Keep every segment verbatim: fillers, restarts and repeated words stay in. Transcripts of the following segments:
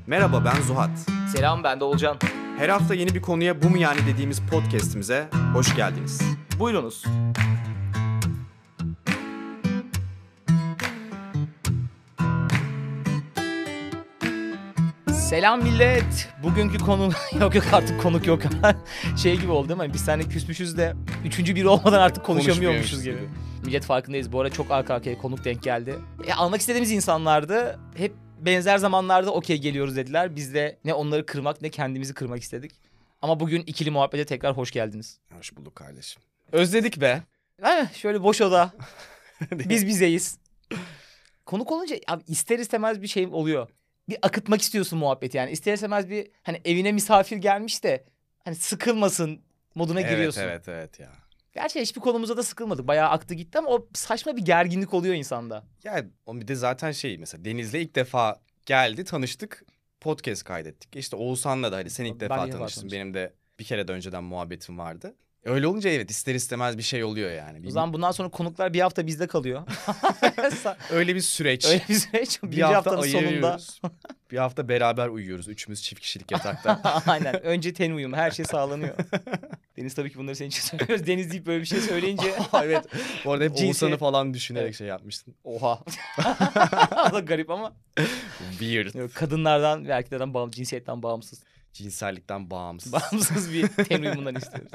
Merhaba, ben Zuhat. Selam, ben de Olcan. Her hafta yeni bir konuya bu mu yani dediğimiz podcast'imize hoş geldiniz. Buyurunuz. Selam millet. Bugünkü konu... yok yok artık konuk yok. Şey gibi oldu değil mi? Biz seninle küsmüşüz de üçüncü biri olmadan artık konuşamıyormuşuz gibi. gibi. Millet farkındayız. Bu ara çok arka arkaya konuk denk geldi. E, almak istediğimiz insanlardı. Hep benzer zamanlarda okey geliyoruz dediler. Biz de ne onları kırmak ne kendimizi kırmak istedik. Ama bugün ikili muhabbete tekrar hoş geldiniz. Hoş bulduk kardeşim. Özledik be. Heh, şöyle boş oda. Biz bizeyiz. Konuk olunca abi ister istemez bir şey oluyor. Bir akıtmak istiyorsun muhabbeti yani. İster istemez bir hani evine misafir gelmiş de hani sıkılmasın moduna evet, giriyorsun. Evet evet ya. Gerçi hiçbir konumuza da sıkılmadık. Bayağı aktı gitti ama o saçma bir gerginlik oluyor insanda. Ya o bir de zaten şey mesela Deniz'le ilk defa geldi tanıştık. Podcast kaydettik. İşte Oğuzhan'la da hadi sen ilk Ben defa ilk defa tanıştın. tanıştım. Benim de bir kere de önceden muhabbetim vardı. Öyle olunca evet ister istemez bir şey oluyor yani. O zaman bundan sonra konuklar bir hafta bizde kalıyor. Öyle bir süreç. Öyle bir süreç. Bir Bir hafta haftanın sonunda. ayırıyoruz. Bir hafta beraber uyuyoruz. Üçümüz çift kişilik yatakta. Aynen. Önce ten uyumu. Her şey sağlanıyor. Deniz tabii ki bunları senin için söylüyoruz. Deniz deyip böyle bir şey söyleyince. Evet. Bu arada hep Cinsi- Oğuzhan'ı falan düşünerek Evet. şey yapmıştın. Oha. O da garip ama. Weird. Yok, kadınlardan ve erkeklerden bağımsız, cinsiyetten bağımsız. Cinsellikten bağımsız. Bağımsız bir ten uyumundan istiyoruz.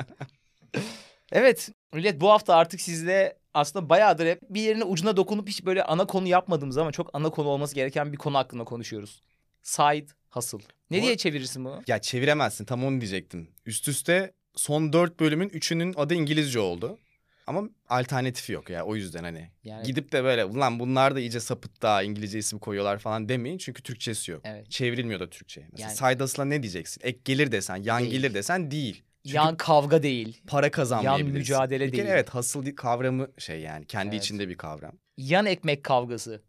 Evet. Millet bu hafta artık sizle aslında bayağıdır hep bir yerine ucuna dokunup hiç böyle ana konu yapmadığımız ama çok ana konu olması gereken bir konu hakkında konuşuyoruz. Side hustle. Ne Bu- diye çevirirsin bunu? Ya çeviremezsin, tam onu diyecektim. Üst üste son dört bölümün üçünün adı İngilizce oldu. Ama alternatifi yok ya, o yüzden hani. Yani- Gidip de böyle ulan bunlar da iyice sapıttı ha, İngilizce isim koyuyorlar falan demeyin. Çünkü Türkçesi yok. Evet. Çevrilmiyor da Türkçe'ye. Mesela Yani- side hustle'a ne diyeceksin? Ek gelir desen, yan Değil. gelir desen değil. Çünkü Yan kavga değil. para kazanmayabilirsin. yan mücadele bir kere değil. evet, hustle kavramı şey yani kendi Evet. içinde bir kavram. Yan ekmek kavgası.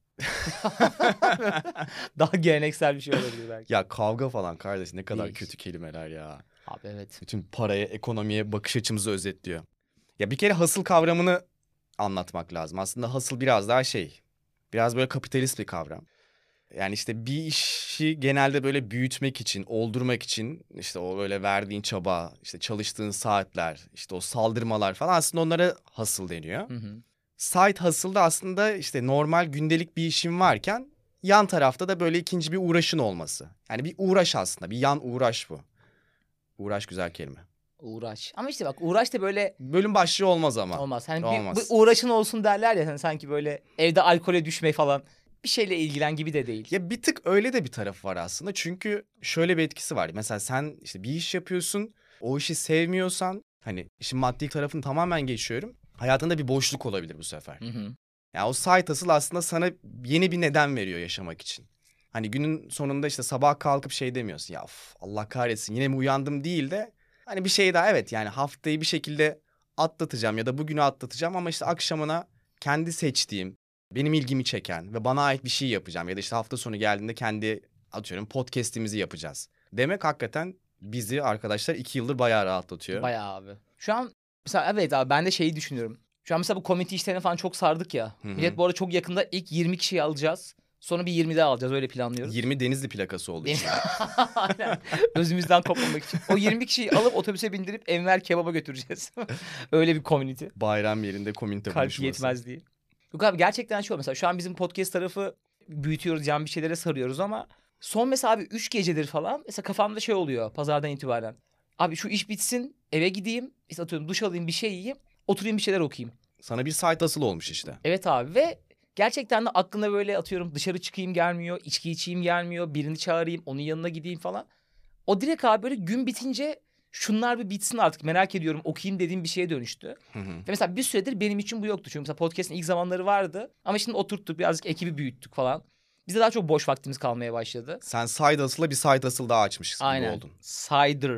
Daha geleneksel bir şey olabilir belki. Ya kavga falan kardeş, ne kadar Değil. kötü kelimeler ya. Abi evet. Bütün paraya, ekonomiye bakış açımızı özetliyor. Ya bir kere hustle kavramını anlatmak lazım. Aslında hustle biraz daha şey, biraz böyle kapitalist bir kavram. Yani işte bir işi genelde böyle büyütmek için, oldurmak için işte o böyle verdiğin çaba, işte çalıştığın saatler, işte o saldırmalar falan aslında onlara hustle deniyor. Hı hı. Side hustle'da aslında işte normal gündelik bir işin varken yan tarafta da böyle ikinci bir uğraşın olması. Yani bir uğraş aslında, bir yan uğraş bu. Uğraş güzel kelime. Uğraş. Ama işte bak uğraş da böyle Bölüm başlığı olmaz ama. olmaz. Hani Olmaz. bir, bir uğraşın olsun derler ya hani sanki böyle evde alkole düşme falan. Bir şeyle ilgilen gibi de değil. Ya bir tık öyle de bir tarafı var aslında. Çünkü şöyle bir etkisi var. Mesela sen işte bir iş yapıyorsun. O işi sevmiyorsan hani işin maddi tarafını tamamen geçiyorum. Hayatında bir boşluk olabilir bu sefer. Hı hı. Yani o side hustle aslında sana yeni bir neden veriyor yaşamak için. Hani günün sonunda işte sabah kalkıp şey demiyorsun. Ya of, Allah kahretsin yine mi uyandım değil de hani bir şey daha, evet yani haftayı bir şekilde atlatacağım ya da bugünü atlatacağım ama işte akşamına kendi seçtiğim, benim ilgimi çeken ve bana ait bir şey yapacağım. Ya da işte hafta sonu geldiğinde kendi atıyorum podcast'imizi yapacağız. Demek hakikaten bizi arkadaşlar iki yıldır bayağı rahatlatıyor. Bayağı abi. Şu an mesela evet abi ben de şeyi düşünüyorum. Şu an mesela bu komite işlerine falan çok sardık ya. Hı hı. Millet bu arada çok yakında ilk yirmi kişiyi alacağız. Sonra bir yirmi daha alacağız öyle planlıyoruz. yirmi Denizli plakası olduğu için. Aynen. Özümüzden kopmamak için. O yirmi kişiyi alıp otobüse bindirip Enver Kebap'a götüreceğiz. Öyle bir community. Bayram yerinde komünite Kalp buluşması. yetmez diye. Yok abi gerçekten şey o mesela şu an bizim podcast tarafı büyütüyoruz, can bir şeylere sarıyoruz ama son mesela abi üç gecedir falan mesela kafamda şey oluyor pazardan itibaren. Abi şu iş bitsin, eve gideyim, işte atıyorum duş alayım, bir şey yiyeyim, oturayım bir şeyler okuyayım. Sana bir site hustle olmuş işte. Evet abi ve gerçekten de aklına böyle atıyorum dışarı çıkayım gelmiyor, içki içeyim gelmiyor, birini çağırayım, onun yanına gideyim falan. O direkt abi böyle gün bitince şunlar bir bitsin artık merak ediyorum okuyayım dediğim bir şeye dönüştü. Hı hı. Ve mesela bir süredir benim için bu yoktu. Çünkü mesela podcast'in ilk zamanları vardı. Ama şimdi oturttuk birazcık ekibi büyüttük falan. Bize daha çok boş vaktimiz kalmaya başladı. Sen side hustle'la bir side hustle daha açmışsın gibi Aynen. oldun. Cider.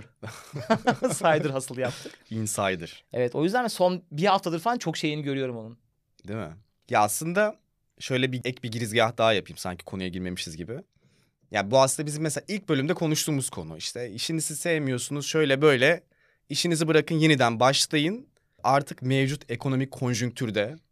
Cider hustle yaptık. Insider. Evet o yüzden son bir haftadır falan çok şeyini görüyorum onun. Değil mi? Ya aslında şöyle bir ek bir girizgah daha yapayım sanki konuya girmemişiz gibi. Ya bu aslında bizim mesela ilk bölümde konuştuğumuz konu. İşte işinizi sevmiyorsunuz şöyle böyle. İşinizi bırakın yeniden başlayın. Artık mevcut ekonomik konjonktürde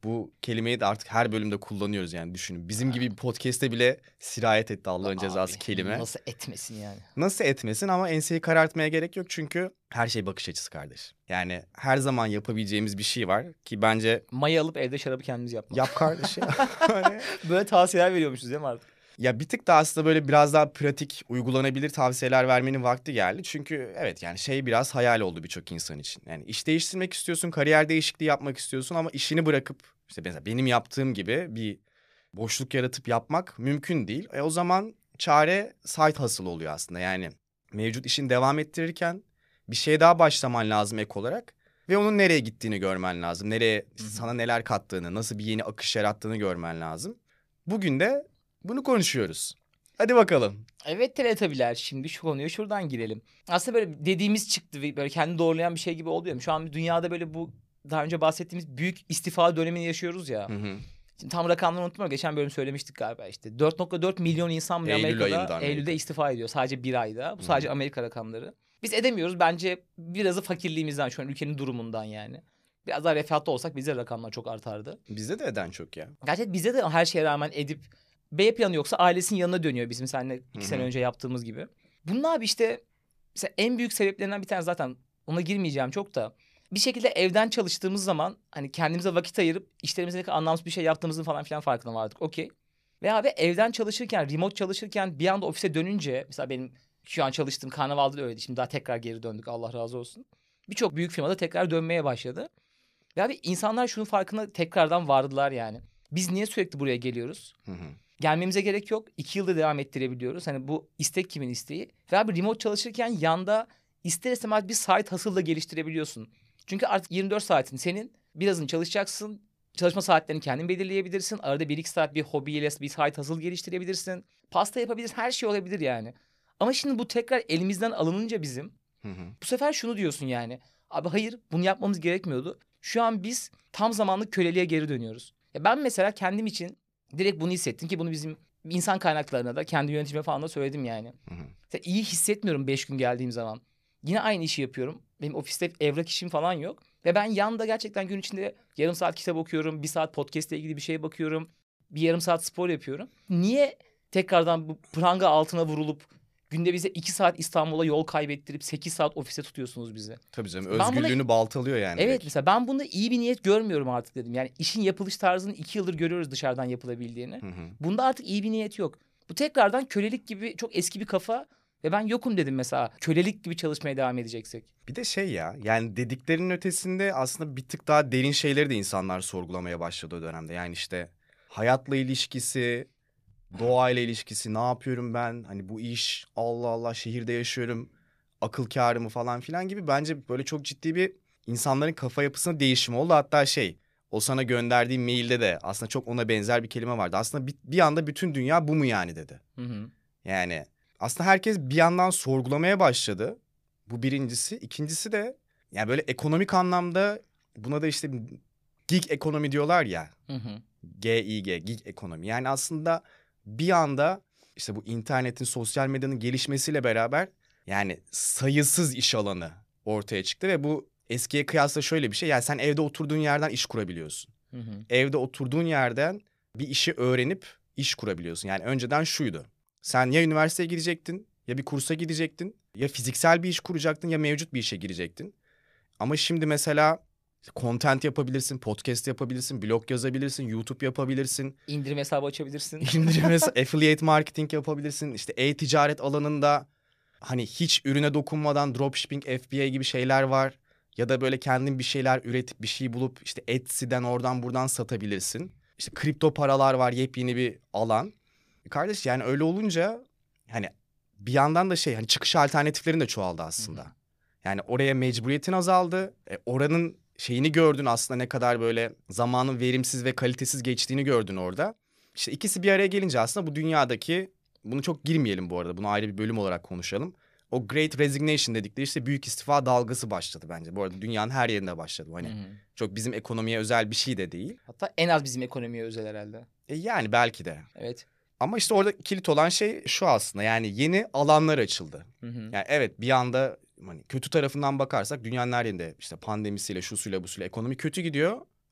Bu kelimeyi de artık her bölümde kullanıyoruz yani düşünün. Bizim gibi bir podcast'te bile sirayet etti Allah'ın cezası Abi, kelime. Nasıl etmesin yani? Nasıl etmesin ama enseyi karartmaya gerek yok çünkü her şey bakış açısı kardeş. Yani her zaman yapabileceğimiz bir şey var ki bence... Maya alıp evde şarabı kendimiz yapmak. Yap kardeş ya. Hani... Böyle tavsiyeler veriyormuşuz değil mi artık? Ya bir tık da aslında böyle biraz daha pratik, uygulanabilir tavsiyeler vermenin vakti geldi. Çünkü evet yani şey biraz hayal oldu birçok insan için. Yani iş değiştirmek istiyorsun, kariyer değişikliği yapmak istiyorsun ama işini bırakıp işte mesela benim yaptığım gibi bir boşluk yaratıp yapmak mümkün değil. E o zaman çare side hustle oluyor aslında. Yani mevcut işini devam ettirirken bir şeye daha başlaman lazım ek olarak ve onun nereye gittiğini görmen lazım. Nereye işte sana neler kattığını, nasıl bir yeni akış yarattığını görmen lazım. Bugün de bunu konuşuyoruz. Hadi bakalım. Evet Teletabiler, şimdi şu konuya şuradan girelim. Aslında böyle dediğimiz çıktı ve böyle kendini doğrulayan bir şey gibi oluyor. Şu an dünyada böyle bu daha önce bahsettiğimiz büyük istifa dönemini yaşıyoruz ya. Hı hı. Şimdi tam rakamları unutmuyorum. Geçen bölüm söylemiştik galiba işte. dört nokta dört milyon insan mı Eylül Amerika'da ayında Amerika. Eylül'de istifa ediyor. Sadece bir ayda. Bu sadece Amerika rakamları. Biz edemiyoruz. Bence birazı fakirliğimizden, şu an ülkenin durumundan yani. Biraz daha refahatta olsak bize rakamlar çok artardı. Bizde de eden çok ya. Gerçekten bize de her şeye rağmen edip B planı yoksa ailesinin yanına dönüyor bizim seninle iki Hı-hı. sene önce yaptığımız gibi. Bunun abi işte mesela en büyük sebeplerinden bir tane, zaten ona girmeyeceğim çok da. Bir şekilde evden çalıştığımız zaman hani kendimize vakit ayırıp işlerimize ne kadar anlamsız bir şey yaptığımızın falan filan farkına vardık. Okey. Ve abi evden çalışırken, remote çalışırken bir anda ofise dönünce, mesela benim şu an çalıştığım Karnaval'da da öyleydi. Şimdi daha tekrar geri döndük, Allah razı olsun. Birçok büyük firmada tekrar dönmeye başladı. Ve abi insanlar şunun farkına tekrardan vardılar yani. Biz niye sürekli buraya geliyoruz? Hı hı. Gelmemize gerek yok. İki yılda devam ettirebiliyoruz. Hani bu istek kimin isteği? Ve abi remote çalışırken yanda ister istemez bir side hustle da geliştirebiliyorsun. Çünkü artık yirmi dört saatin senin. Birazını çalışacaksın. Çalışma saatlerini kendin belirleyebilirsin. Arada bir iki saat bir hobiyle bir side hustle geliştirebilirsin. Pasta yapabilirsin. Her şey olabilir yani. Ama şimdi bu tekrar elimizden alınınca bizim, Hı hı. bu sefer şunu diyorsun yani. Abi hayır, bunu yapmamız gerekmiyordu. Şu an biz tam zamanlı köleliğe geri dönüyoruz. Ya ben mesela kendim için direkt bunu hissettim ki bunu bizim insan kaynaklarına da kendi yöneticime falan da söyledim yani. Hı hı. Mesela iyi hissetmiyorum beş gün geldiğim zaman. Yine aynı işi yapıyorum. Benim ofiste evrak işim falan yok. Ve ben yanda gerçekten gün içinde yarım saat kitap okuyorum. Bir saat podcast'le ilgili bir şeye bakıyorum. Bir yarım saat spor yapıyorum. Niye tekrardan bu pranga altına vurulup günde bize iki saat İstanbul'a yol kaybettirip sekiz saat ofise tutuyorsunuz bizi? Tabii canım, Ben buna- özgürlüğünü baltalıyor yani. Evet direkt. mesela ben bunda iyi bir niyet görmüyorum artık dedim. Yani işin yapılış tarzını iki yıldır görüyoruz dışarıdan yapılabildiğini. Hı hı. Bunda artık iyi bir niyet yok. Bu tekrardan kölelik gibi çok eski bir kafa ve ben yokum dedim mesela. Kölelik gibi çalışmaya devam edeceksek. Bir de şey ya, yani dediklerinin ötesinde aslında bir tık daha derin şeyleri de insanlar sorgulamaya başladı o dönemde. Yani işte hayatla ilişkisi, doğayla ilişkisi, ne yapıyorum ben? Hani bu iş, Allah Allah, şehirde yaşıyorum, akıl kârı mı falan filan gibi bence böyle çok ciddi bir insanların kafa yapısına değişim oldu. Hatta şey, o sana gönderdiğim mailde de aslında çok ona benzer bir kelime vardı. Aslında bir, bir anda bütün dünya bu mu yani dedi. Hı hı. Yani aslında herkes bir yandan sorgulamaya başladı. Bu birincisi. İkincisi de yani böyle ekonomik anlamda buna da işte gig ekonomi diyorlar ya. Hı hı. G I G, gig ekonomi. Yani aslında bir anda işte bu internetin, sosyal medyanın gelişmesiyle beraber yani sayısız iş alanı ortaya çıktı ve bu eskiye kıyasla şöyle bir şey. Yani sen evde oturduğun yerden iş kurabiliyorsun. Hı hı. Evde oturduğun yerden bir işi öğrenip iş kurabiliyorsun. Yani önceden şuydu. Sen ya üniversiteye gidecektin, ya bir kursa gidecektin, ya fiziksel bir iş kuracaktın, ya mevcut bir işe girecektin. Ama şimdi mesela content yapabilirsin, podcast yapabilirsin, blog yazabilirsin, YouTube yapabilirsin. İndirim hesabı açabilirsin. İndirim mesela affiliate marketing yapabilirsin. İşte e-ticaret alanında hani hiç ürüne dokunmadan dropshipping, F B A gibi şeyler var. Ya da böyle kendin bir şeyler üretip bir şey bulup işte Etsy'den oradan buradan satabilirsin. İşte kripto paralar var, yepyeni bir alan. Kardeş yani öyle olunca hani bir yandan da şey hani çıkış alternatiflerin de çoğaldı aslında. Hı hı. Yani oraya mecburiyetin azaldı. E, oranın şeyini gördün aslında, ne kadar böyle zamanın verimsiz ve kalitesiz geçtiğini gördün orada. İşte ikisi bir araya gelince aslında bu dünyadaki, bunu çok girmeyelim bu arada, bunu ayrı bir bölüm olarak konuşalım. O Great Resignation dedikleri işte büyük istifa dalgası başladı bence. Bu arada dünyanın her yerinde başladı. Hani Hı hı. çok bizim ekonomiye özel bir şey de değil. Hatta en az bizim ekonomiye özel herhalde. E, yani belki de. Evet. Ama işte orada kilit olan şey şu aslında, yani yeni alanlar açıldı. Hı hı. Yani evet, bir anda hani kötü tarafından bakarsak dünyanın her yerinde işte pandemisiyle, şusuyla busuyla ekonomi kötü gidiyor.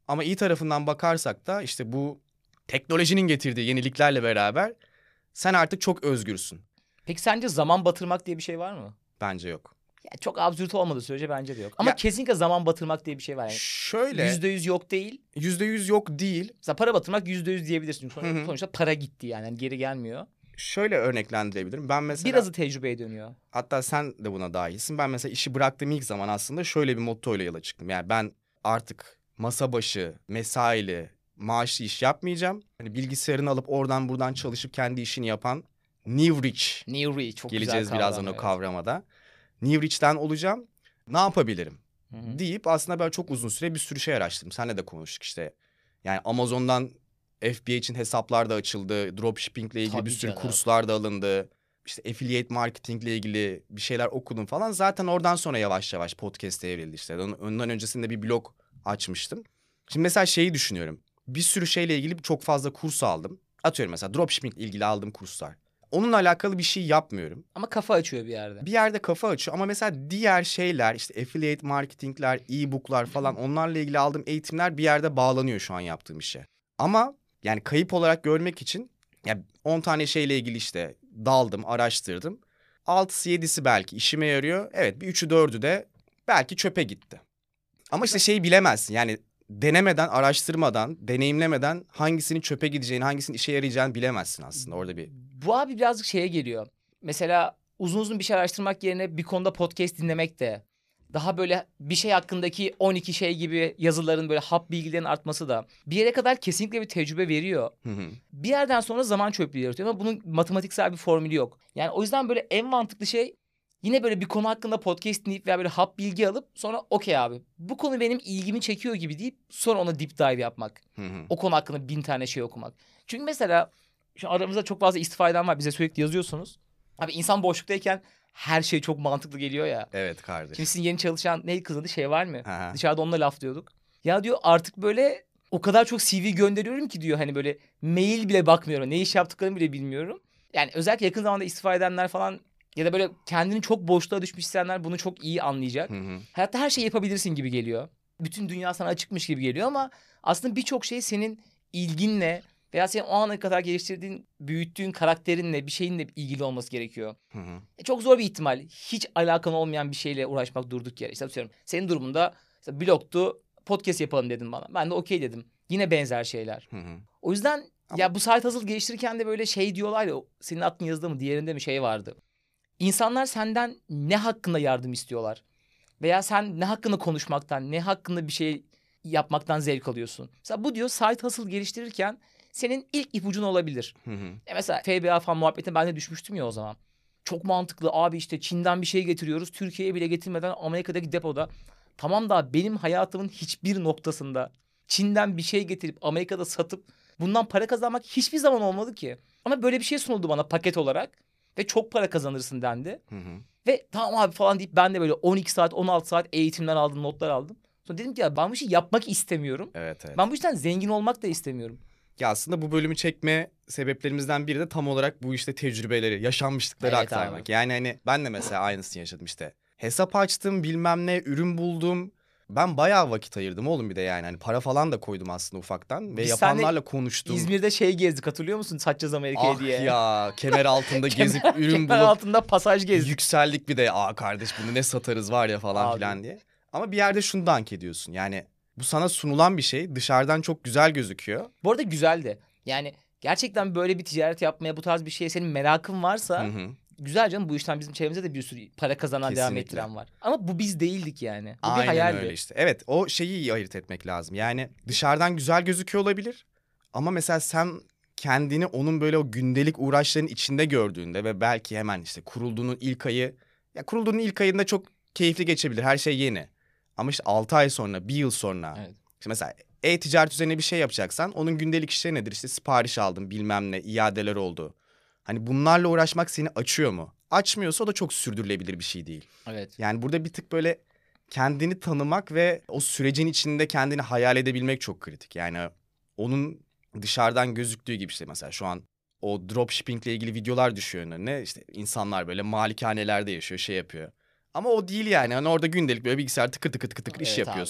Ama iyi tarafından bakarsak da işte bu teknolojinin getirdiği yeniliklerle beraber sen artık çok özgürsün. Peki sence zaman batırmak diye bir şey var mı? Bence yok. Ya çok absürt olmadığı sürece bence de yok. Ama Ya, kesinlikle zaman batırmak diye bir şey var. Yani şöyle. yüzde yüz yok değil. Yüzde yüz yok değil. Mesela para batırmak yüzde yüz diyebilirsin. Sonuçta, Hı hı. sonuçta para gitti yani. Yani geri gelmiyor. Şöyle örneklendirebilirim. Ben mesela... Birazı tecrübeye dönüyor. Hatta sen de buna dahilsin. Ben mesela işi bıraktığım ilk zaman aslında şöyle bir mottoyla yola çıktım. Yani ben artık masa başı, mesaili, maaşlı iş yapmayacağım. Hani bilgisayarını alıp oradan buradan çalışıp kendi işini yapan New Rich. New Rich çok Geleceğiz güzel birazdan kavram, o evet. kavramada. New Rich'ten olacağım. Ne yapabilirim? Hı hı. Deyip aslında ben çok uzun süre bir sürü şey araştırdım. Seninle de konuştuk işte. Yani Amazon'dan F B A için hesaplar da açıldı. Dropshipping ile ilgili Tabii bir sürü canım. kurslar da alındı. İşte affiliate marketing ile ilgili bir şeyler okudum falan. Zaten oradan sonra yavaş yavaş podcast'e evrildi işte. Ondan öncesinde bir blog açmıştım. Şimdi mesela şeyi düşünüyorum. Bir sürü şeyle ilgili çok fazla kurs aldım. Atıyorum mesela dropshipping ile ilgili aldığım kurslar. Onunla alakalı bir şey yapmıyorum. Ama kafa açıyor bir yerde. Bir yerde kafa açıyor ama mesela diğer şeyler işte affiliate marketingler, e-booklar falan onlarla ilgili aldığım eğitimler bir yerde bağlanıyor şu an yaptığım işe. Ama yani kayıp olarak görmek için ya on tane şeyle ilgili işte daldım, araştırdım. altısı yedisi belki işime yarıyor. Evet bir üçü dördü de belki çöpe gitti. Ama işte şeyi bilemezsin yani denemeden, araştırmadan, deneyimlemeden hangisinin çöpe gideceğini, hangisinin işe yarayacağını bilemezsin aslında orada bir. Bu abi birazcık şeye geliyor. Mesela uzun uzun bir şey araştırmak yerine bir konuda podcast dinlemek de, daha böyle bir şey hakkındaki on iki şey gibi yazıların böyle hap bilgilerin artması da bir yere kadar kesinlikle bir tecrübe veriyor. Hı hı. Bir yerden sonra zaman çöplüğü yaratıyor ama bunun matematiksel bir formülü yok. Yani o yüzden böyle en mantıklı şey yine böyle bir konu hakkında podcast dinleyip veya böyle hap bilgi alıp sonra okey abi bu konu benim ilgimi çekiyor gibi deyip sonra ona deep dive yapmak. Hı hı. O konu hakkında bin tane şey okumak. Çünkü mesela şu aramızda çok fazla istifa eden var. Bize sürekli yazıyorsunuz. Abi insan boşluktayken her şey çok mantıklı geliyor ya. Evet kardeş. Şimdi sizin yeni çalışan ne kızı şey var mı? Aha. Dışarıda onunla laf diyorduk. Ya diyor artık böyle o kadar çok C V gönderiyorum ki diyor hani böyle mail bile bakmıyorum. Ne iş yaptıklarını bile bilmiyorum. Yani özellikle yakın zamanda istifa edenler falan ya da böyle kendini çok boşluğa düşmüş hissedenler bunu çok iyi anlayacak. Hı hı. Hayatta her şeyi yapabilirsin gibi geliyor. Bütün dünya sana açıkmış gibi geliyor ama aslında birçok şey senin ilginle veya senin o ana kadar geliştirdiğin, büyüttüğün karakterinle bir şeyinle ilgili olması gerekiyor. Hı hı. E çok zor bir ihtimal. Hiç alakan olmayan bir şeyle uğraşmak durduk yere. İşte atıyorum senin durumunda işte blogtu, podcast yapalım dedim bana. Ben de okey dedim. Yine benzer şeyler. Hı hı. O yüzden Ama- ya bu site hustle geliştirirken de böyle şey diyorlar ya, senin aklın yazıda mı diğerinde mi şey vardı. İnsanlar senden ne hakkında yardım istiyorlar? Veya sen ne hakkında konuşmaktan, ne hakkında bir şey yapmaktan zevk alıyorsun? Mesela bu diyor site hustle geliştirirken senin ilk ipucun olabilir. Hı hı. E mesela F B A falan muhabbetine ben de düşmüştüm ya o zaman. Çok mantıklı abi işte Çin'den bir şey getiriyoruz. Türkiye'ye bile getirmeden Amerika'daki depoda. Tamam da benim hayatımın hiçbir noktasında Çin'den bir şey getirip Amerika'da satıp bundan para kazanmak hiçbir zaman olmadı ki. Ama böyle bir şey sunuldu bana paket olarak ve çok para kazanırsın dendi. Hı hı. Ve tamam abi falan deyip ben de böyle on iki saat on altı saat eğitimler aldım, notlar aldım. Sonra dedim ki ya ben bu işi yapmak istemiyorum. Evet evet. Ben bu işten zengin olmak da istemiyorum. Ya aslında bu bölümü çekme sebeplerimizden biri de tam olarak bu işte tecrübeleri, yaşanmışlıkları Evet aktarmak. abi. Yani hani ben de mesela aynısını yaşadım işte. Hesap açtım, bilmem ne, ürün buldum. Ben bayağı vakit ayırdım oğlum bir de yani. Hani para falan da koydum aslında ufaktan. Ve Biz yapanlarla konuştum. İzmir'de şey gezdik hatırlıyor musun? Satacağız Amerika'ya Ah diye. ya kemer altında gezip Kemer- ürün kemer bulup altında pasaj gezdik. yükseldik bir de. Aa kardeş bunu ne satarız var ya falan Abi. filan diye. Ama bir yerde şunu da hak ediyorsun. Yani bu sana sunulan bir şey dışarıdan çok güzel gözüküyor. Bu arada güzeldi. Yani gerçekten böyle bir ticaret yapmaya bu tarz bir şeye senin merakın varsa Hı hı. güzel canım, bu işten bizim çevremizde de bir sürü para kazanan devam Kesinlikle. ettiren var. Ama bu biz değildik yani. Bu bir Aynen hayaldi. öyle işte. Evet o şeyi iyi ayırt etmek lazım. Yani dışarıdan güzel gözüküyor olabilir. Ama mesela sen kendini onun böyle o gündelik uğraşların içinde gördüğünde ve belki hemen işte kurulduğunun ilk ayı... Ya kurulduğunun ilk ayında çok keyifli geçebilir. Her şey yeni. Ama işte altı ay sonra, bir yıl sonra... Evet. İşte mesela e-ticaret üzerine bir şey yapacaksan onun gündelik işleri nedir? İşte sipariş aldım bilmem ne, iadeler oldu. Hani bunlarla uğraşmak seni açıyor mu? Açmıyorsa o da çok sürdürülebilir bir şey değil. Evet. Yani burada bir tık böyle kendini tanımak ve o sürecin içinde kendini hayal edebilmek çok kritik. Yani onun dışarıdan gözüktüğü gibi işte mesela şu an o dropshipping ile ilgili videolar düşüyor önüne. İşte insanlar böyle malikanelerde yaşıyor, şey yapıyor. Ama o değil yani. Hani orada gündelik böyle bilgisayar tıkır tıkır tıkır tıkır iş Evet yapıyorsun. abi.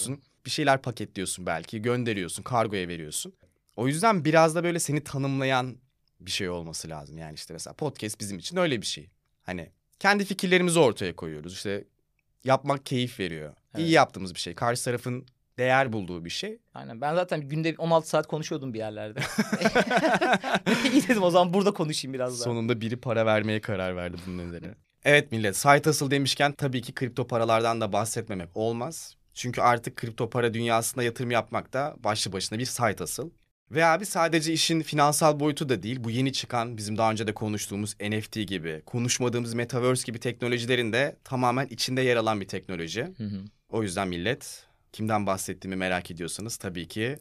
bir şeyler paketliyorsun belki, gönderiyorsun, kargoya veriyorsun. O yüzden biraz da böyle seni tanımlayan bir şey olması lazım. Yani işte mesela podcast bizim için öyle bir şey. Hani kendi fikirlerimizi ortaya koyuyoruz. İşte yapmak keyif veriyor. Evet. İyi yaptığımız bir şey. Karşı tarafın değer bulduğu bir şey. Aynen. Ben zaten günde on altı saat konuşuyordum bir yerlerde. İyi dedim o zaman burada konuşayım biraz daha. Sonunda biri para vermeye karar verdi bunun üzerine. Evet millet, side hustle demişken tabii ki kripto paralardan da bahsetmemek olmaz. Çünkü artık kripto para dünyasında yatırım yapmak da başlı başına bir side hustle. Ve abi sadece işin finansal boyutu da değil. Bu yeni çıkan bizim daha önce de konuştuğumuz N F T gibi, konuşmadığımız metaverse gibi teknolojilerin de tamamen içinde yer alan bir teknoloji. Hı hı. O yüzden millet, kimden bahsettiğimi merak ediyorsanız tabii ki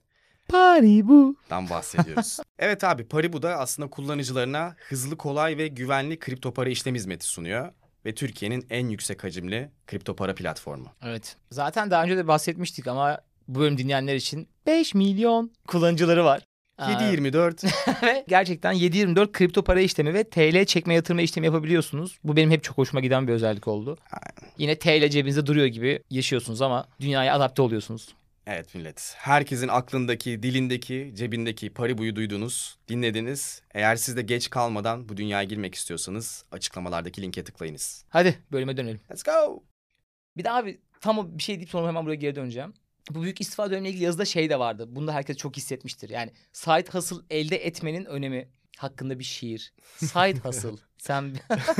Paribu'dan bahsediyoruz. Evet abi, Paribu da aslında kullanıcılarına hızlı, kolay ve güvenli kripto para işlem hizmeti sunuyor. Ve Türkiye'nin en yüksek hacimli kripto para platformu. Evet. Zaten daha önce de bahsetmiştik ama bu bölüm dinleyenler için beş milyon kullanıcıları var. yedi yirmi dört Ve gerçekten yedi yirmi dört kripto para işlemi ve T L çekme yatırma işlemi yapabiliyorsunuz. Bu benim hep çok hoşuma giden bir özellik oldu. Aynen. Yine T L cebinizde duruyor gibi yaşıyorsunuz ama dünyaya adapte oluyorsunuz. Evet millet. Herkesin aklındaki, dilindeki, cebindeki Paribu'yu duydunuz, dinlediniz. Eğer siz de geç kalmadan bu dünyaya girmek istiyorsanız açıklamalardaki linke tıklayınız. Hadi bölüme dönelim. Let's go. Bir de abi tam o bir şey deyip sonra hemen buraya geri döneceğim. Bu büyük istifa dönemiyle ilgili yazıda şey de vardı. Bunu da herkes çok hissetmiştir. Yani side hustle elde etmenin önemi hakkında bir şiir. Side hustle. Sen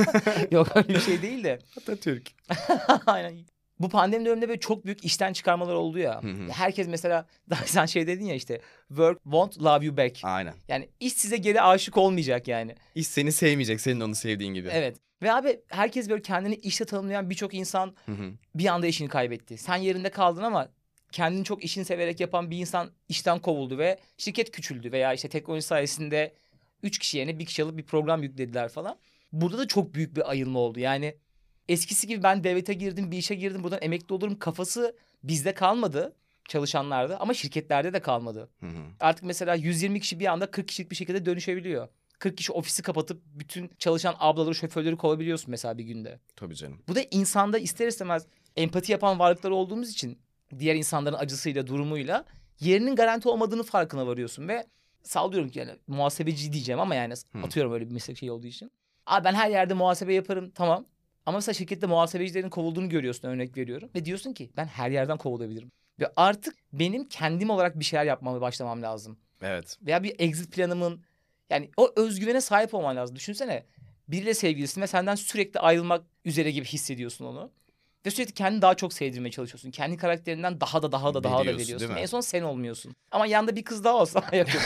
yok öyle bir şey değil de. Atatürk. Aynen. Bu pandemi döneminde böyle çok büyük işten çıkarmalar oldu ya. Herkes mesela daha sen şey dedin ya işte work won't love you back. Aynen. Yani iş size geri aşık olmayacak yani. İş seni sevmeyecek, senin onu sevdiğin gibi. Evet. Ve abi herkes böyle kendini işte tanımlayan birçok insan bir anda işini kaybetti. Sen yerinde kaldın ama kendini çok işini severek yapan bir insan işten kovuldu ve şirket küçüldü veya işte teknoloji sayesinde üç kişi yerine bir kişi alıp bir program yüklediler falan. Burada da çok büyük bir ayılma oldu. Yani eskisi gibi ben devlete girdim, bir işe girdim, buradan emekli olurum kafası bizde kalmadı, çalışanlarda, ama şirketlerde de kalmadı. Hı hı. Artık mesela yüz yirmi kişi bir anda kırk kişilik bir şekilde dönüşebiliyor. kırk kişi ofisi kapatıp bütün çalışan ablaları, şoförleri kovabiliyorsun mesela bir günde. Tabii canım. Bu da insanda ister istemez empati yapan varlıklar olduğumuz için diğer insanların acısıyla, durumuyla yerinin garanti olmadığını farkına varıyorsun ve sallıyorum ki yani muhasebeci diyeceğim ama yani hı. atıyorum öyle bir meslek şey olduğu için. Abi ben her yerde muhasebe yaparım, tamam. Ama mesela şirkette muhasebecilerin kovulduğunu görüyorsun, örnek veriyorum. Ve diyorsun ki ben her yerden kovulabilirim. Ve artık benim kendim olarak bir şeyler yapmama başlamam lazım. Evet. Veya bir exit planımın, yani o özgüvene sahip olman lazım. Düşünsene, biriyle sevgilisin ve senden sürekli ayrılmak üzere gibi hissediyorsun onu. Ve sürekli kendini daha çok sevdirmeye çalışıyorsun. Kendi karakterinden daha da daha da daha veriyorsun, da veriyorsun. En son sen olmuyorsun. Ama yanında bir kız daha olsa yakın.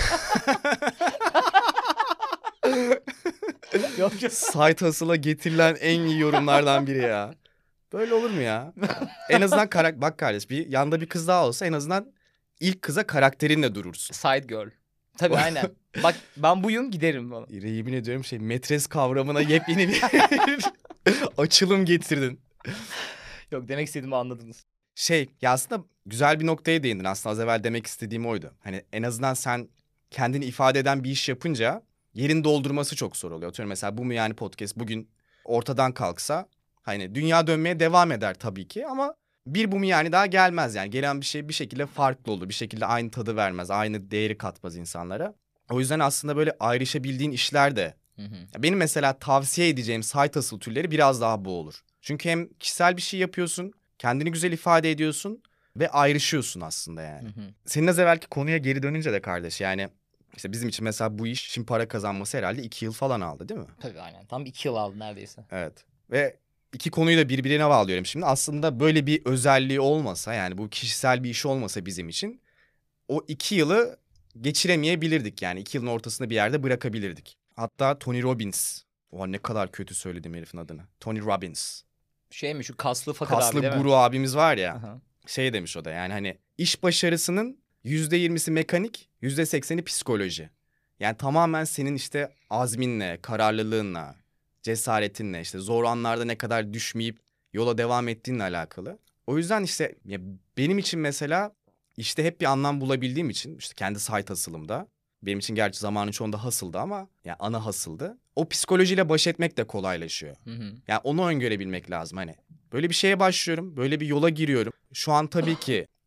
Yok yok. Side hustle'a getirilen en iyi yorumlardan biri ya. Böyle olur mu ya? En azından karak bak kardeş, bir yanda bir kız daha olsa en azından ilk kıza karakterinle durursun. Side girl. Tabii aynen. Bak ben buyum, giderim bana. Yemin ediyorum şey, metres kavramına yepyeni bir açılım getirdin. Yok, demek istediğimi anladınız. Şey ya, aslında güzel bir noktaya değindin. Aslında az evvel demek istediğim oydu. Hani en azından sen kendini ifade eden bir iş yapınca yerini doldurması çok zor oluyor. Atıyorum mesela bu mu yani podcast bugün ortadan kalksa hani dünya dönmeye devam eder tabii ki ama bir bu mu yani daha gelmez yani. Gelen bir şey bir şekilde farklı olur. Bir şekilde aynı tadı vermez, aynı değeri katmaz insanlara. O yüzden aslında böyle ayrışabildiğin işler de hı hı. Benim mesela tavsiye edeceğim side hustle türleri biraz daha bu olur. Çünkü hem kişisel bir şey yapıyorsun, kendini güzel ifade ediyorsun ve ayrışıyorsun aslında yani. Hı hı. Senin az evvelki konuya geri dönünce de kardeş yani işte bizim için mesela bu iş şimdi para kazanması herhalde iki yıl falan aldı değil mi? Tabii aynen, tam iki yıl aldı neredeyse. Evet ve iki konuyu da birbirine bağlıyorum şimdi. Aslında böyle bir özelliği olmasa, yani bu kişisel bir iş olmasa bizim için o iki yılı geçiremeyebilirdik yani. iki yılın ortasında bir yerde bırakabilirdik. Hatta Tony Robbins, oha ne kadar kötü söyledim herifin adını. Tony Robbins. Şey mi, şu kaslı fakat kaslı abi değil mi? guru abimiz var ya. Aha. Şey demiş o da, yani hani iş başarısının yüzde yirmisi mekanik, yüzde sekseni psikoloji. Yani tamamen senin işte azminle, kararlılığınla, cesaretinle, işte zor anlarda ne kadar düşmeyip yola devam ettiğinle alakalı. O yüzden işte ya benim için mesela işte hep bir anlam bulabildiğim için işte kendi site hustle'ımda, benim için gerçi zamanın çoğunda hustle'dı ama yani ana hustle'dı. O psikolojiyle baş etmek de kolaylaşıyor. Hı hı. Yani onu öngörebilmek lazım hani. Böyle bir şeye başlıyorum, böyle bir yola giriyorum. Şu an tabii ki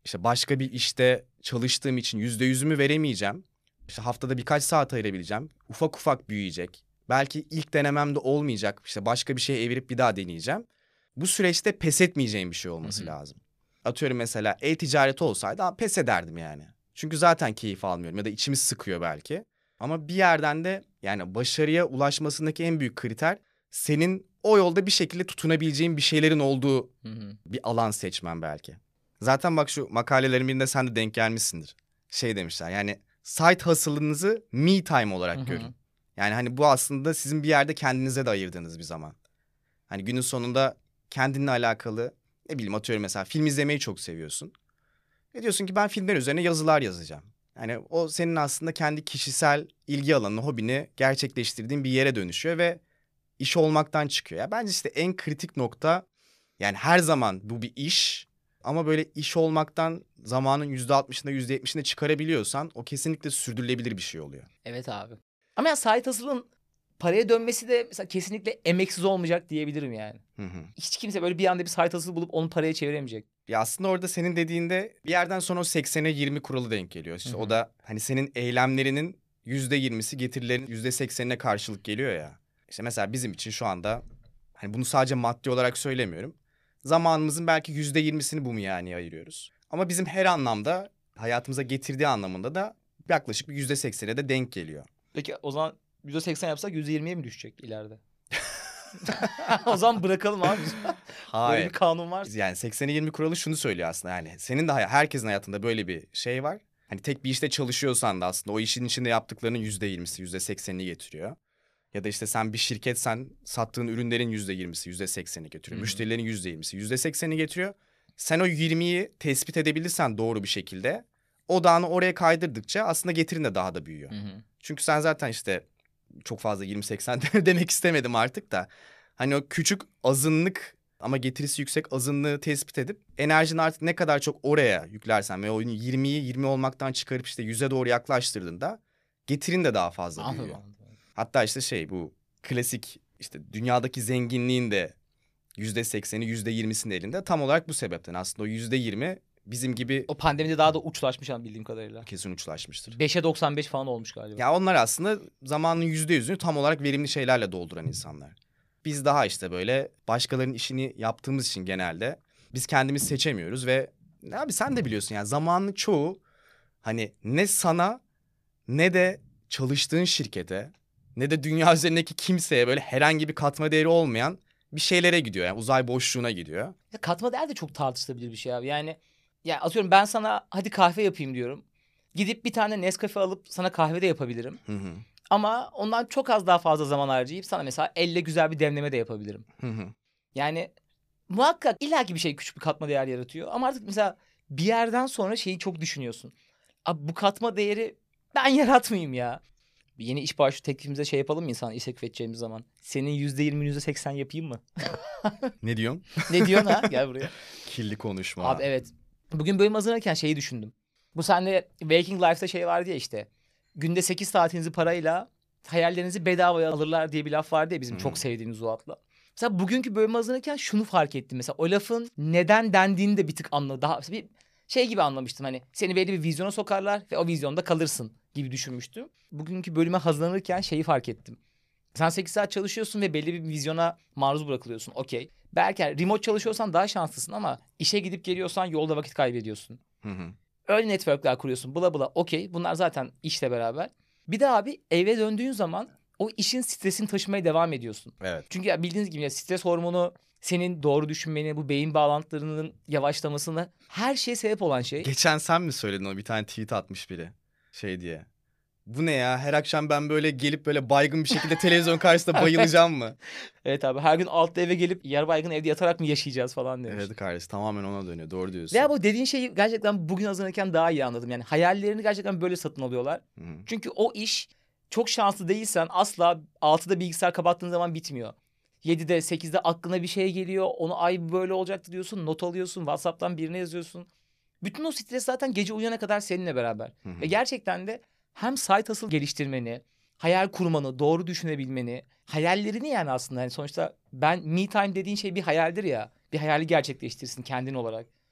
İşte başka bir işte çalıştığım için yüzde yüzümü veremeyeceğim. İşte haftada birkaç saat ayırabileceğim. Ufak ufak büyüyecek. Belki ilk denememde olmayacak. İşte başka bir şey evirip bir daha deneyeceğim. Bu süreçte pes etmeyeceğim bir şey olması Hı-hı. lazım. Atıyorum mesela e-ticareti olsaydı pes ederdim yani. Çünkü zaten keyif almıyorum ya da içimi sıkıyor belki. Ama bir yerden de yani başarıya ulaşmasındaki en büyük kriter senin o yolda bir şekilde tutunabileceğin bir şeylerin olduğu Hı-hı. bir alan seçmen belki. Zaten bak şu makalelerin birinde sen de denk gelmişsindir. Şey demişler yani side hustle'ınızı me time olarak Hı-hı. görün. Yani hani bu aslında sizin bir yerde kendinize de ayırdığınız bir zaman. Hani günün sonunda kendinle alakalı ne bileyim atıyorum mesela film izlemeyi çok seviyorsun. Ve diyorsun ki ben filmler üzerine yazılar yazacağım. Yani o senin aslında kendi kişisel ilgi alanını, hobini gerçekleştirdiğin bir yere dönüşüyor ve iş olmaktan çıkıyor. Ya bence işte en kritik nokta yani her zaman bu bir iş ama böyle iş olmaktan zamanın yüzde altmışında yüzde yetmişinde çıkarabiliyorsan o kesinlikle sürdürülebilir bir şey oluyor. Evet abi. Ama ya side hustle'ın paraya dönmesi de mesela kesinlikle emeksiz olmayacak diyebilirim yani. Hı hı. Hiç kimse böyle bir anda bir side hustle bulup onu paraya çeviremeyecek. Ya aslında orada senin dediğinde bir yerden sonra o seksene yirmi kuralı denk geliyor. İşte hı hı. O da hani senin eylemlerinin yüzde yirmisi getirilerin yüzde seksenine karşılık geliyor ya. İşte mesela bizim için şu anda hani bunu sadece maddi olarak söylemiyorum. Zamanımızın belki yüzde yirmisini bu meyhaneye ayırıyoruz. Ama bizim her anlamda hayatımıza getirdiği anlamında da yaklaşık bir yüzde seksene de denk geliyor. Peki o zaman yüzde seksen yapsak yüzde yirmiye mi düşecek ileride? O zaman bırakalım abi. Hayır. Böyle bir kanun var. Yani seksene yirmi kuralı şunu söylüyor aslında yani. Senin de herkesin hayatında böyle bir şey var. Hani tek bir işte çalışıyorsan da aslında o işin içinde yaptıklarının yüzde yirmisi, yüzde seksenini getiriyor. Ya da işte sen bir şirketsen sattığın ürünlerin yüzde yirmisi, yüzde seksenini getiriyor. Hı-hı. Müşterilerin yüzde yirmisi, yüzde seksenini getiriyor. Sen o yirmiyi tespit edebilirsen doğru bir şekilde odağını oraya kaydırdıkça aslında getirin de daha da büyüyor. Hı-hı. Çünkü sen zaten işte çok fazla yirmi seksen demek istemedim artık da. Hani o küçük azınlık ama getirisi yüksek azınlığı tespit edip enerjini artık ne kadar çok oraya yüklersen ve o yirmiyi yirmi olmaktan çıkarıp işte yüze doğru yaklaştırdığında getirin de daha fazla büyüyor. Anladım. Hatta işte şey bu klasik işte dünyadaki zenginliğin de yüzde sekseni yüzde yirmisinin elinde tam olarak bu sebepten aslında o yüzde yirmi bizim gibi. O pandemide daha da uçlaşmış ama bildiğim kadarıyla. Kesin uçlaşmıştır. beşe doksan beş falan olmuş galiba. Ya onlar aslında zamanın yüzde yüzünü tam olarak verimli şeylerle dolduran insanlar. Biz daha işte böyle başkalarının işini yaptığımız için genelde biz kendimiz seçemiyoruz ve abi sen de biliyorsun yani zamanın çoğu hani ne sana ne de çalıştığın şirkete ne de dünya üzerindeki kimseye böyle herhangi bir katma değeri olmayan bir şeylere gidiyor. Yani uzay boşluğuna gidiyor. Ya katma değer de çok tartışılabilir bir şey abi. Yani ya atıyorum ben sana hadi kahve yapayım diyorum. Gidip bir tane Nescafe alıp sana kahve de yapabilirim. Hı hı. Ama ondan çok az daha fazla zaman harcayıp sana mesela elle güzel bir demleme de yapabilirim. Hı hı. Yani muhakkak illaki bir şey küçük bir katma değer yaratıyor. Ama artık mesela bir yerden sonra şeyi çok düşünüyorsun. Abi bu katma değeri ben yaratmayayım ya. Bir yeni iş başvuru teklifimize şey yapalım mı insan iş teklif edeceğimiz zaman? Senin yüzde yirmi, yüzde seksen yapayım mı? Ne diyorsun? Ne diyorsun ha? Gel buraya. Kirli konuşma. Abi evet. Bugün bölüm hazırlarken şeyi düşündüm. Bu sende Waking Life'da şey vardı ya işte. Günde sekiz saatinizi parayla hayallerinizi bedavaya alırlar diye bir laf vardı ya bizim hmm. çok sevdiğimiz o atla. Mesela bugünkü bölüm hazırlarken şunu fark ettim. Mesela o lafın neden dendiğini de bir tık anladım. Daha bir şey gibi anlamıştım hani seni belli bir vizyona sokarlar ve o vizyonda kalırsın gibi düşünmüştüm. Bugünkü bölüme hazırlanırken şeyi fark ettim. Sen sekiz saat çalışıyorsun ve belli bir vizyona maruz bırakılıyorsun. Okey. Belki remote çalışıyorsan daha şanslısın ama işe gidip geliyorsan yolda vakit kaybediyorsun. Hı hı. Öyle networkler kuruyorsun. Bula bula. Okey. Bunlar zaten işle beraber. Bir de abi eve döndüğün zaman o işin stresini taşımaya devam ediyorsun. Evet. Çünkü ya bildiğiniz gibi ya stres hormonu senin doğru düşünmeni, bu beyin bağlantılarının yavaşlamasına her şeye sebep olan şey. Geçen sen mi söyledin o bir tane tweet atmış biri şey diye. Bu ne ya? Her akşam ben böyle gelip böyle baygın bir şekilde televizyon karşısında bayılacağım mı? Evet abi her gün altta eve gelip yarı baygın evde yatarak mı yaşayacağız falan demiş. Evet kardeş tamamen ona dönüyor. Doğru diyorsun. Ya bu dediğin şeyi gerçekten bugün hazırlanırken daha iyi anladım. Yani hayallerini gerçekten böyle satın alıyorlar. Hı-hı. Çünkü o iş çok şanslı değilsen asla altıda bilgisayar kapattığın zaman bitmiyor. yedide sekizde aklına bir şey geliyor. Onu ay böyle olacaktı diyorsun. Not alıyorsun. WhatsApp'tan birine yazıyorsun. Bütün o stres zaten gece uyuyana kadar seninle beraber. Hı-hı. Ve gerçekten de hem side hustle geliştirmeni, hayal kurmanı, doğru düşünebilmeni, hayallerini yani aslında. Yani sonuçta ben me time dediğin şey bir hayaldir ya. Bir hayali gerçekleştirsin kendin olarak.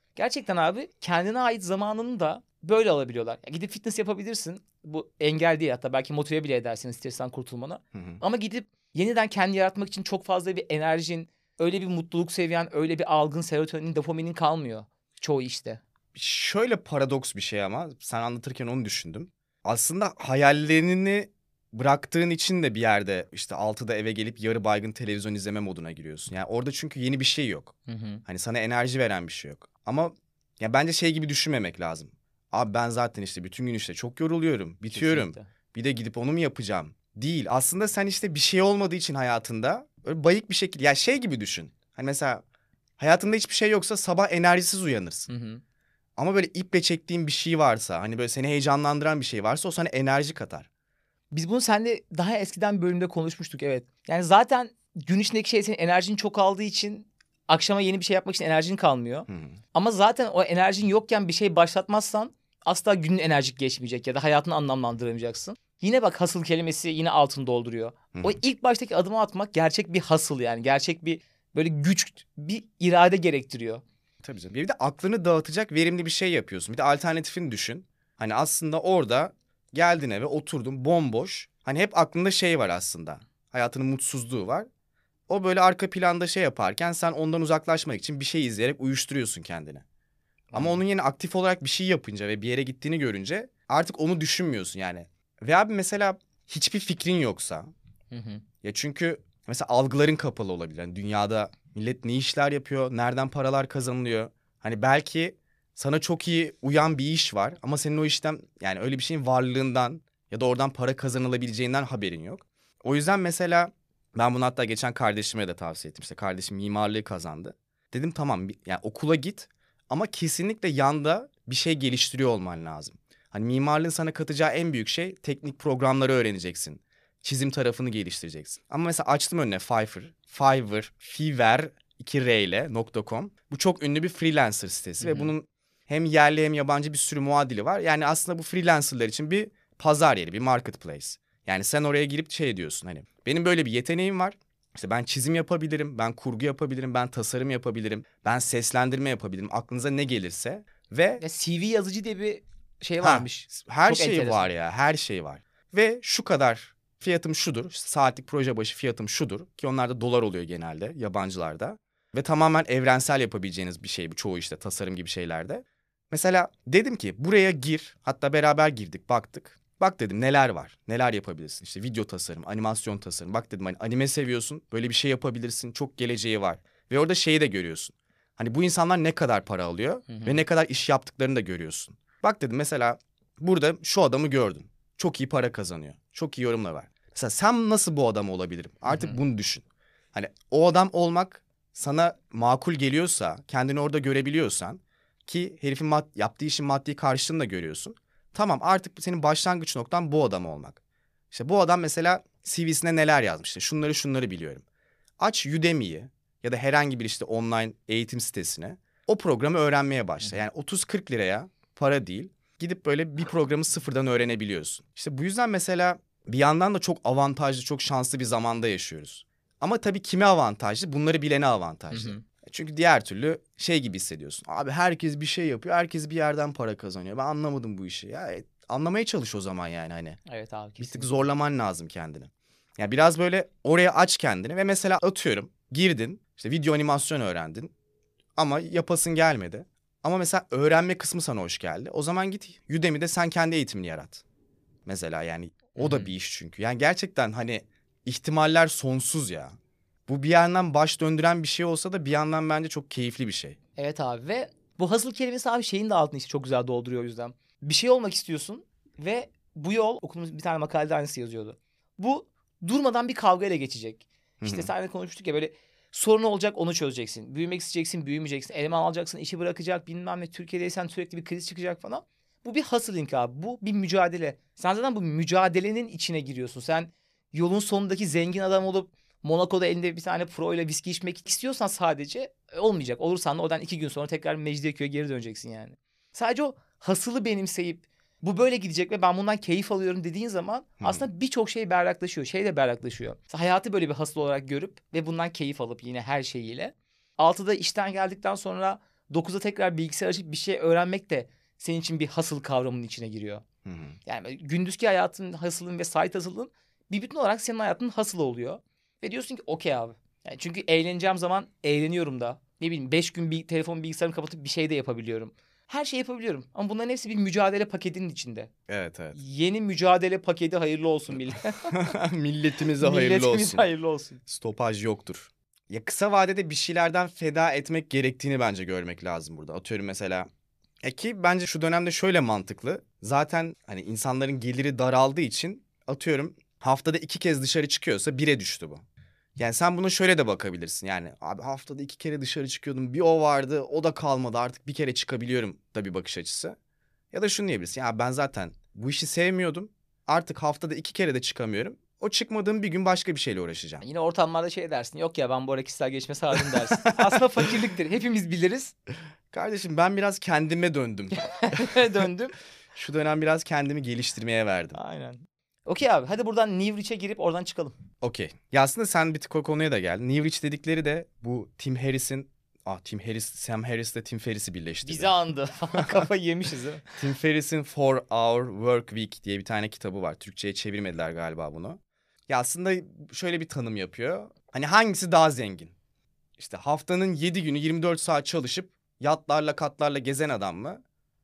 Gerçekten abi kendine ait zamanını da böyle alabiliyorlar. Ya gidip fitness yapabilirsin. Bu engel değil, hatta belki motive bile edersin stresten kurtulmana. Hı hı. Ama gidip yeniden kendi yaratmak için çok fazla bir enerjin, öyle bir mutluluk seviyen, öyle bir algın, serotonin, dopaminin kalmıyor çoğu işte. Şöyle paradoks bir şey ama sen anlatırken onu düşündüm. Aslında hayallerini bıraktığın için de bir yerde işte altıda eve gelip yarı baygın televizyon izleme moduna giriyorsun. Yani orada çünkü yeni bir şey yok. Hı hı. Hani sana enerji veren bir şey yok. Ama ya bence şey gibi düşünmemek lazım. Abi ben zaten işte bütün gün işte çok yoruluyorum, bitiyorum. Kesinlikle. Bir de gidip onu mu yapacağım? Değil. Aslında sen işte bir şey olmadığı için hayatında böyle bayık bir şekilde, ya şey gibi düşün. Hani mesela hayatında hiçbir şey yoksa sabah enerjisiz uyanırsın. Hı hı. Ama böyle iple çektiğin bir şey varsa, hani böyle seni heyecanlandıran bir şey varsa o sana enerji katar. Biz bunu seninle daha eskiden bir bölümde konuşmuştuk, evet. Yani zaten gün içindeki şey senin enerjini çok aldığı için akşama yeni bir şey yapmak için enerjin kalmıyor. Hı. Ama zaten o enerjin yokken bir şey başlatmazsan asla günün enerjik geçmeyecek ya da hayatını anlamlandıramayacaksın. Yine bak hustle kelimesi yine altını dolduruyor. Hı. O ilk baştaki adımı atmak gerçek bir hustle, yani gerçek bir böyle güç, bir irade gerektiriyor. Tabii canım. Bir de aklını dağıtacak verimli bir şey yapıyorsun. Bir de alternatifini düşün. Hani aslında orada geldin eve, oturdun bomboş. Hani hep aklında şey var aslında. Hayatının mutsuzluğu var. O böyle arka planda şey yaparken sen ondan uzaklaşmak için bir şey izleyerek uyuşturuyorsun kendini. Ama Hmm. onun yerine aktif olarak bir şey yapınca ve bir yere gittiğini görünce artık onu düşünmüyorsun yani. Ve abi mesela hiçbir fikrin yoksa, Hı hı. ya çünkü mesela algıların kapalı olabilir. Yani dünyada millet ne işler yapıyor, nereden paralar kazanılıyor. Hani belki sana çok iyi uyan bir iş var ama senin o işten, yani öyle bir şeyin varlığından ya da oradan para kazanılabileceğinden haberin yok. O yüzden mesela ben bunu hatta geçen kardeşime de tavsiye ettim. İşte kardeşim mimarlığı kazandı. Dedim tamam, yani okula git ama kesinlikle yanda bir şey geliştiriyor olman lazım. Hani mimarlığın sana katacağı en büyük şey teknik programları öğreneceksin. Çizim tarafını geliştireceksin. Ama mesela açtım önüne Fiverr, Fiverr, Fiverr iki R ile .com. Bu çok ünlü bir freelancer sitesi Hı hı. ve bunun hem yerli hem yabancı bir sürü muadili var. Yani aslında bu freelancerlar için bir pazar yeri, bir marketplace. Yani sen oraya girip şey diyorsun, hani benim böyle bir yeteneğim var. İşte ben çizim yapabilirim, ben kurgu yapabilirim, ben tasarım yapabilirim, ben seslendirme yapabilirim. Aklınıza ne gelirse ve Ya C V yazıcı diye bir şey ha, varmış. her Çok şey enteresan. var ya, her şey var. Ve şu kadar fiyatım şudur, saatlik proje başı fiyatım şudur ki onlar da dolar oluyor genelde yabancılarda. Ve tamamen evrensel yapabileceğiniz bir şey bu çoğu işte tasarım gibi şeylerde. Mesela dedim ki buraya gir, hatta beraber girdik baktık. Bak dedim neler var, neler yapabilirsin, işte video tasarım, animasyon tasarım. Bak dedim hani anime seviyorsun, böyle bir şey yapabilirsin, çok geleceği var. Ve orada şeyi de görüyorsun. Hani bu insanlar ne kadar para alıyor Hı hı. ve ne kadar iş yaptıklarını da görüyorsun. Bak dedim mesela burada şu adamı gördün. Çok iyi para kazanıyor. Çok iyi yorumlar var. Mesela sen nasıl bu adam olabilirim? Artık Hı hı. bunu düşün. Hani o adam olmak sana makul geliyorsa, kendini orada görebiliyorsan ki herifin mad- yaptığı işin maddi karşılığını da görüyorsun. Tamam, artık senin başlangıç noktan bu adam olmak. İşte bu adam mesela C V'sine neler yazmış? İşte şunları şunları biliyorum. Aç Udemy'yi ya da herhangi bir işte online eğitim sitesine. O programı öğrenmeye başla. Yani otuz kırk liraya para değil. Gidip böyle bir programı sıfırdan öğrenebiliyorsun. İşte bu yüzden mesela bir yandan da çok avantajlı, çok şanslı bir zamanda yaşıyoruz. Ama tabii kime avantajlı? Bunları bilene avantajlı. Hı hı. Çünkü diğer türlü şey gibi hissediyorsun. Abi herkes bir şey yapıyor, herkes bir yerden para kazanıyor. Ben anlamadım bu işi. Ya e, anlamaya çalış o zaman yani hani. Evet abi, Bir kesinlikle. tık zorlaman lazım kendini. Yani biraz böyle oraya aç kendini ve mesela atıyorum girdin, işte video animasyon öğrendin ama yapasın gelmedi. Ama mesela öğrenme kısmı sana hoş geldi. O zaman git Udemy'de sen kendi eğitimini yarat. Mesela yani o Hı da hı. bir iş çünkü. Yani gerçekten hani ihtimaller sonsuz ya. Bu bir yandan baş döndüren bir şey olsa da bir yandan bence çok keyifli bir şey. Evet abi, ve bu hustle kelimesi abi şeyin de altını işte çok güzel dolduruyor o yüzden. Bir şey olmak istiyorsun ve bu yol, okuduğumuz bir tane makalede aynısı yazıyordu. Bu durmadan bir kavga ile geçecek. Hı İşte hı. seninle konuştuk ya, böyle sorun olacak, onu çözeceksin. Büyümek isteyeceksin, büyümeyeceksin. Eleman alacaksın, işi bırakacak, bilmem ne. Türkiye'deysen sürekli bir kriz çıkacak falan. Bu bir hustling abi. Bu bir mücadele. Sen zaten bu mücadelenin içine giriyorsun. Sen yolun sonundaki zengin adam olup Monaco'da elinde bir tane pro ile viski içmek istiyorsan sadece e, olmayacak. Olursan da oradan iki gün sonra tekrar Mecidiyeköy'e geri döneceksin yani. Sadece o hasılı benimseyip bu böyle gidecek ve ben bundan keyif alıyorum dediğin zaman Hı. aslında birçok şey berraklaşıyor. Şey de berraklaşıyor. Mesela hayatı böyle bir hasıl olarak görüp ve bundan keyif alıp yine her şeyiyle. Altıda işten geldikten sonra dokuzda tekrar bilgisayar açıp bir şey öğrenmek de senin için bir hustle kavramının içine giriyor. Hı hı. Yani gündüzki hayatın hustle'ın ve side hustle'ın bir bütün olarak senin hayatının hustle oluyor. Ve diyorsun ki okey abi. Yani çünkü eğleneceğim zaman eğleniyorum da. Ne bileyim beş gün bir telefon bilgisayarımı kapatıp bir şey de yapabiliyorum. Her şey yapabiliyorum. Ama bunların hepsi bir mücadele paketinin içinde. Evet evet. Yeni mücadele paketi hayırlı olsun millet. Milletimize hayırlı Milletimize olsun. hayırlı olsun. Stopaj yoktur. Ya kısa vadede bir şeylerden feda etmek gerektiğini bence görmek lazım burada. Atıyorum mesela. E ki bence şu dönemde şöyle mantıklı. Zaten hani insanların geliri daraldığı için atıyorum haftada iki kez dışarı çıkıyorsa bire düştü bu. Yani sen buna şöyle de bakabilirsin. Yani abi haftada iki kere dışarı çıkıyordum. Bir o vardı, o da kalmadı. Artık bir kere çıkabiliyorum da bir bakış açısı. Ya da şunu diyebilirsin. Ya ben zaten bu işi sevmiyordum. Artık haftada iki kere de çıkamıyorum. O çıkmadığım bir gün başka bir şeyle uğraşacağım. Yine ortamlarda şey dersin. Yok ya ben bu ara kişisel gelişime sardım dersin. Aslında fakirliktir. Hepimiz biliriz. Kardeşim ben biraz kendime döndüm. Döndüm. Şu dönem biraz kendimi geliştirmeye verdim. Aynen. Okey abi hadi buradan New Rich'e girip oradan çıkalım. Okey. Ya aslında sen bir tık o konuya da geldin. New Rich dedikleri de bu Tim Harris'in... Ah Tim Harris, Sam Harris ile Tim Ferriss'i birleştirdi. Bizi andı. Kafayı yemişiz değil mi? Tim Ferriss'in Four Hour Work Week diye bir tane kitabı var. Türkçe'ye çevirmediler galiba bunu. Ya aslında şöyle bir tanım yapıyor. Hani hangisi daha zengin? İşte haftanın yedi günü yirmi dört saat çalışıp yatlarla katlarla gezen adam mı?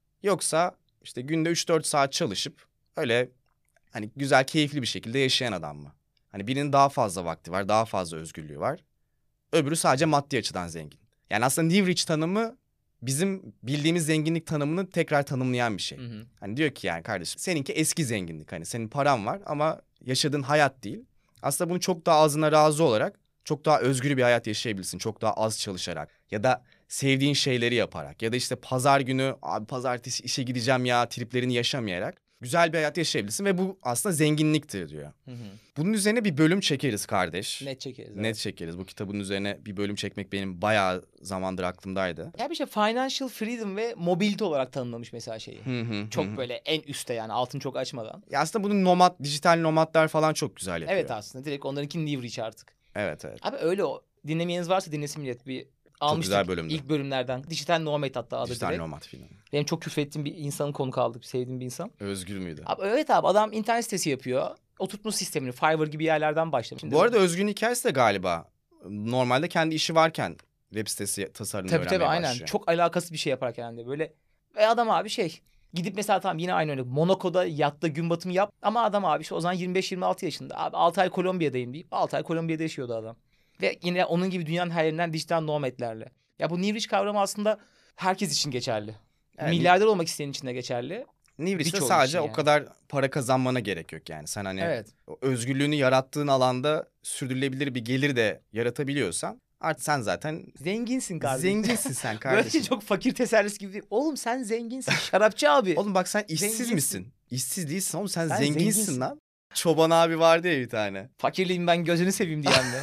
Yoksa işte günde üç dört saat çalışıp öyle hani güzel keyifli bir şekilde yaşayan adam mı? Hani birinin daha fazla vakti var, daha fazla özgürlüğü var. Öbürü sadece maddi açıdan zengin. Yani aslında New Rich tanımı bizim bildiğimiz zenginlik tanımını tekrar tanımlayan bir şey. Hı hı. Hani diyor ki yani kardeşim seninki eski zenginlik. Hani senin paran var ama yaşadığın hayat değil. Aslında bunu çok daha azına razı olarak çok daha özgür bir hayat yaşayabilirsin. Çok daha az çalışarak ya da sevdiğin şeyleri yaparak ya da işte pazar günü abi pazartesi işe gideceğim ya triplerini yaşamayarak güzel bir hayat yaşayabilirsin ve bu aslında zenginliktir diyor. Hı hı. Bunun üzerine bir bölüm çekeriz kardeş. Net çekeriz. Net Evet. çekeriz. Bu kitabın üzerine bir bölüm çekmek benim bayağı zamandır aklımdaydı. Ya bir şey financial freedom ve mobility olarak tanımlamış mesela şeyi. Hı hı, Çok hı. böyle en üstte yani altını çok açmadan. Ya aslında bunu nomad, dijital nomadlar falan çok güzel yapıyor. Evet aslında direkt onlarınki New Rich artık. Evet evet. Abi öyle o. Dinlemeyeniz varsa dinlesin millet. Bir almıştık güzel bölümdü. ilk bölümlerden. Dijital nomad hatta adı Dijital direkt. nomad filmi. Benim çok küfrettiğim bir insanın konuk aldık. Sevdiğim bir insan. Özgür müydü? Abi evet abi adam internet sitesi yapıyor. Oturtma sistemini Fiverr gibi yerlerden başlamış. Şimdi Bu arada Özgür'ün hikayesi de galiba normalde kendi işi varken web sitesi tasarımını tabii öğrenmeye tabii aynen. başlıyor. Çok alakasız bir şey yaparken hem de böyle. Ve adam abi şey gidip mesela tamam yine aynı örnek. Monaco'da yatta gün batımı yap. Ama adam abi işte o zaman yirmi beş yirmi altı yaşında. Abi altı ay Kolombiya'dayım deyip altı ay Kolombiya'da yaşıyordu adam. Ve yine onun gibi dünyanın her yerinden dijital nomadlerle. Ya bu New Rich kavramı aslında herkes için geçerli. Yani Milyarder olmak isteyen için de geçerli. New Rich'te birçok sadece kişi o yani. kadar para kazanmana gerek yok yani. Sen hani Evet. o özgürlüğünü yarattığın alanda sürdürülebilir bir gelir de yaratabiliyorsan artık sen zaten Zenginsin kardeşim. zenginsin sen Böyle kardeşim. çok fakir tesellisi gibi değil. Oğlum sen zenginsin. Şarapçı abi. Oğlum bak sen işsiz Zenginsin. misin? İşsiz değilsin oğlum sen, Sen zenginsin, zenginsin. lan. Çoban abi vardı ya bir tane. Fakirliğim ben gözünü seveyim diyen de.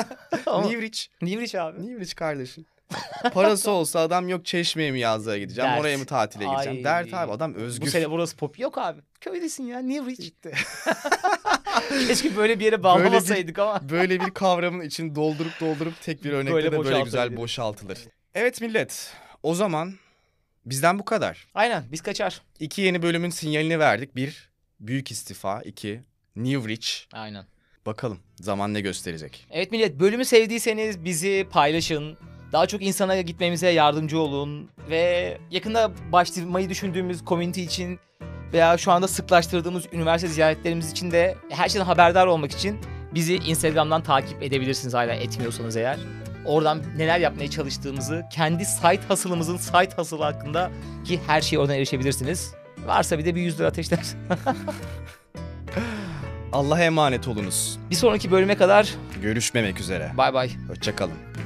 Ama New Rich. New Rich abi. New Rich kardeşim. Parası olsa adam yok Çeşme'ye mi yazlığa gideceğim, Dert. oraya mı tatile gideceğim. Ay. Dert abi adam özgür. Bu sene burası pop. Yok abi. Köydesin ya. New Rich. Keşke böyle bir yere bağlamasaydık ama. Böyle bir kavramın için doldurup doldurup tek bir örnekte Böyle de böyle güzel boşaltabiliriz. boşaltılır. Evet millet, o zaman bizden bu kadar. Aynen biz kaçar. İki yeni bölümün sinyalini verdik. Bir, büyük istifa. İki, New Rich. Aynen. Bakalım zaman ne gösterecek. Evet millet bölümü sevdiyseniz bizi paylaşın. Daha çok insana gitmemize yardımcı olun. Ve yakında başlamayı düşündüğümüz community için veya şu anda sıklaştırdığımız üniversite ziyaretlerimiz için de her şeyden haberdar olmak için bizi Instagram'dan takip edebilirsiniz hala etmiyorsanız eğer. Oradan neler yapmaya çalıştığımızı, kendi site hustle'ımızın site hustle'ı hakkında ki her şeye oradan erişebilirsiniz. Varsa bir de bir yüz lira ateşler. Allah'a emanet olunuz. Bir sonraki bölüme kadar Görüşmemek üzere. bay bay. Hoşça kalın.